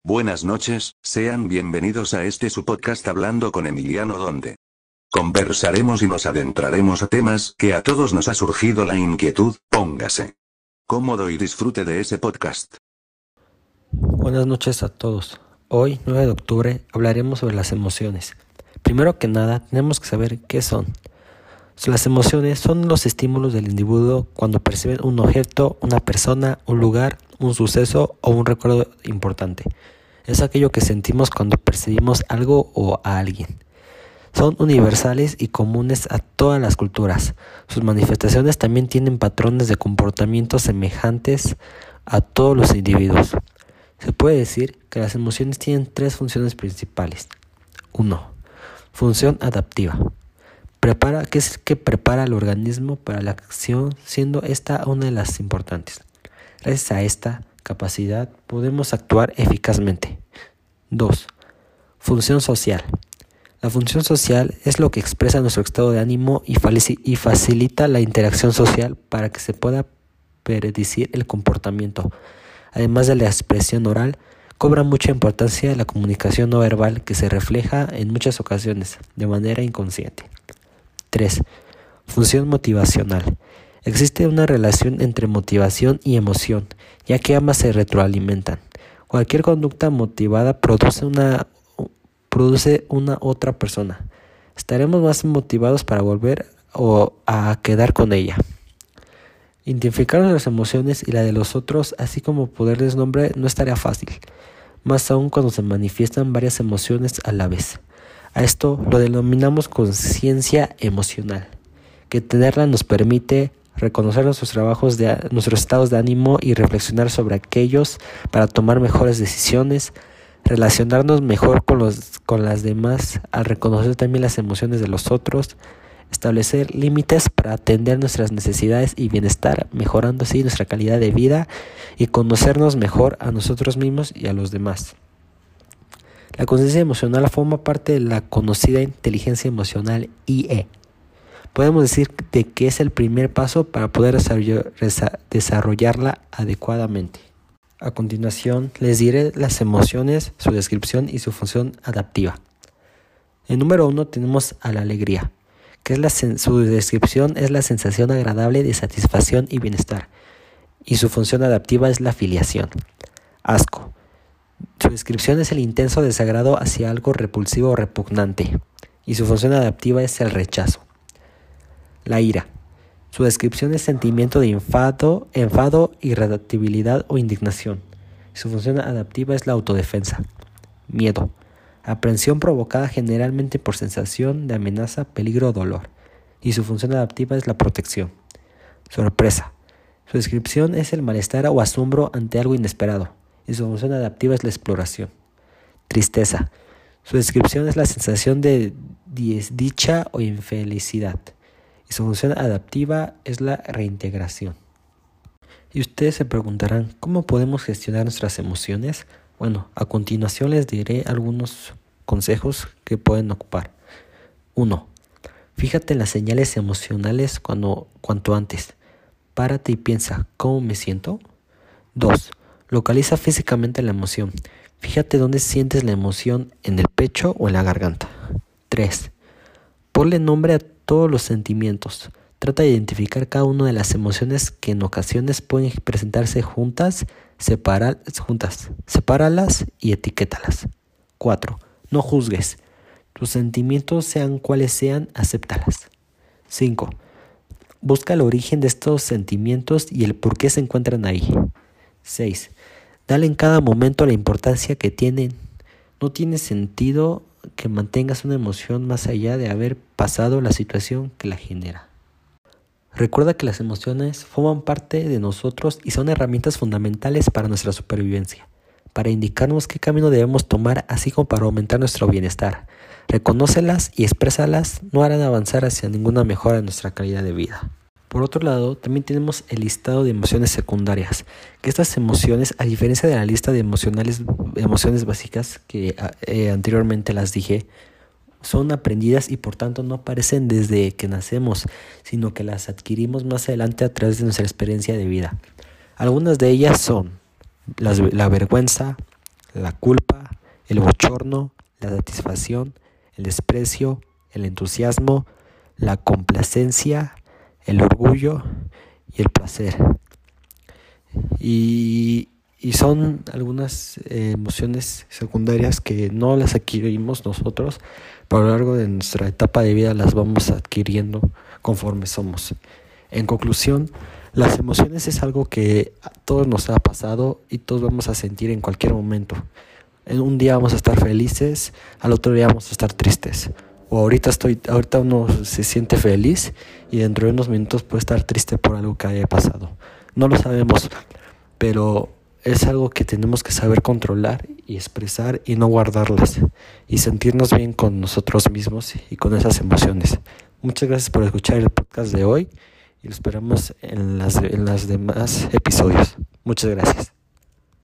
Buenas noches, sean bienvenidos a su podcast Hablando con Emiliano, donde conversaremos y nos adentraremos a temas que a todos nos ha surgido la inquietud. Póngase cómodo y disfrute de ese podcast. Buenas noches a todos. Hoy, 9 de octubre, hablaremos sobre las emociones. Primero que nada, tenemos que saber qué son. Las emociones son los estímulos del individuo cuando perciben un objeto, una persona, un lugar, un suceso o un recuerdo importante. Es aquello que sentimos cuando percibimos algo o a alguien. Son universales y comunes a todas las culturas. Sus manifestaciones también tienen patrones de comportamiento semejantes a todos los individuos. Se puede decir que las emociones tienen tres funciones principales. 1. Función adaptiva. ¿Qué es que prepara al organismo para la acción, siendo esta una de las importantes? Gracias a esta capacidad podemos actuar eficazmente. 2. Función social. La función social es lo que expresa nuestro estado de ánimo y facilita la interacción social para que se pueda predecir el comportamiento. Además de la expresión oral, cobra mucha importancia la comunicación no verbal que se refleja en muchas ocasiones de manera inconsciente. 3. Función motivacional. Existe una relación entre motivación y emoción, ya que ambas se retroalimentan. Cualquier conducta motivada produce una otra persona. Estaremos más motivados para volver o a quedar con ella. Identificar nuestras emociones y la de los otros, así como ponerles nombre, no es tarea fácil, más aún cuando se manifiestan varias emociones a la vez. A esto lo denominamos conciencia emocional, que tenerla nos permite reconocer nuestros estados de ánimo y reflexionar sobre aquellos para tomar mejores decisiones, relacionarnos mejor con las demás al reconocer también las emociones de los otros, establecer límites para atender nuestras necesidades y bienestar, mejorando así nuestra calidad de vida y conocernos mejor a nosotros mismos y a los demás. La conciencia emocional forma parte de la conocida inteligencia emocional IE. Podemos decir de que es el primer paso para poder desarrollarla adecuadamente. A continuación, les diré las emociones, su descripción y su función adaptiva. En número 1 tenemos a la alegría, que es su descripción es la sensación agradable de satisfacción y bienestar, y su función adaptiva es la afiliación. Asco. Su descripción es el intenso desagrado hacia algo repulsivo o repugnante, y su función adaptiva es el rechazo. La ira. Su descripción es sentimiento de enfado, irritabilidad o indignación. Su función adaptiva es la autodefensa. Miedo. Aprensión provocada generalmente por sensación de amenaza, peligro o dolor, y su función adaptiva es la protección. Sorpresa. Su descripción es el malestar o asombro ante algo inesperado, y su función adaptiva es la exploración. Tristeza. Su descripción es la sensación de desdicha o infelicidad, y su función adaptiva es la reintegración. Y ustedes se preguntarán, ¿cómo podemos gestionar nuestras emociones? Bueno, a continuación les diré algunos consejos que pueden ocupar. 1. Fíjate en las señales emocionales cuanto antes. Párate y piensa, ¿cómo me siento? 2. Localiza físicamente la emoción. Fíjate dónde sientes la emoción, en el pecho o en la garganta. 3. Ponle nombre a todos los sentimientos. Trata de identificar cada una de las emociones que en ocasiones pueden presentarse juntas, sepáralas y etiquétalas. 4. No juzgues. Tus sentimientos, sean cuales sean, acéptalas. 5. Busca el origen de estos sentimientos y el por qué se encuentran ahí. 6. Dale en cada momento la importancia que tienen. No tiene sentido que mantengas una emoción más allá de haber pasado la situación que la genera. Recuerda que las emociones forman parte de nosotros y son herramientas fundamentales para nuestra supervivencia, para indicarnos qué camino debemos tomar, así como para aumentar nuestro bienestar. Reconócelas y exprésalas no harán avanzar hacia ninguna mejora en nuestra calidad de vida. Por otro lado, también tenemos el listado de emociones secundarias, que estas emociones, a diferencia de la lista de emociones básicas que anteriormente las dije, son aprendidas y por tanto no aparecen desde que nacemos, sino que las adquirimos más adelante a través de nuestra experiencia de vida. Algunas de ellas son la vergüenza, la culpa, el bochorno, la satisfacción, el desprecio, el entusiasmo, la complacencia, el orgullo y el placer. Y son algunas emociones secundarias que no las adquirimos nosotros, pero a lo largo de nuestra etapa de vida las vamos adquiriendo conforme somos. En conclusión, las emociones es algo que a todos nos ha pasado y todos vamos a sentir en cualquier momento. En un día vamos a estar felices, al otro día vamos a estar tristes. O ahorita uno se siente feliz y dentro de unos minutos puede estar triste por algo que haya pasado. No lo sabemos, pero es algo que tenemos que saber controlar y expresar y no guardarlas y sentirnos bien con nosotros mismos y con esas emociones. Muchas gracias por escuchar el podcast de hoy y lo esperamos en las demás episodios. Muchas gracias.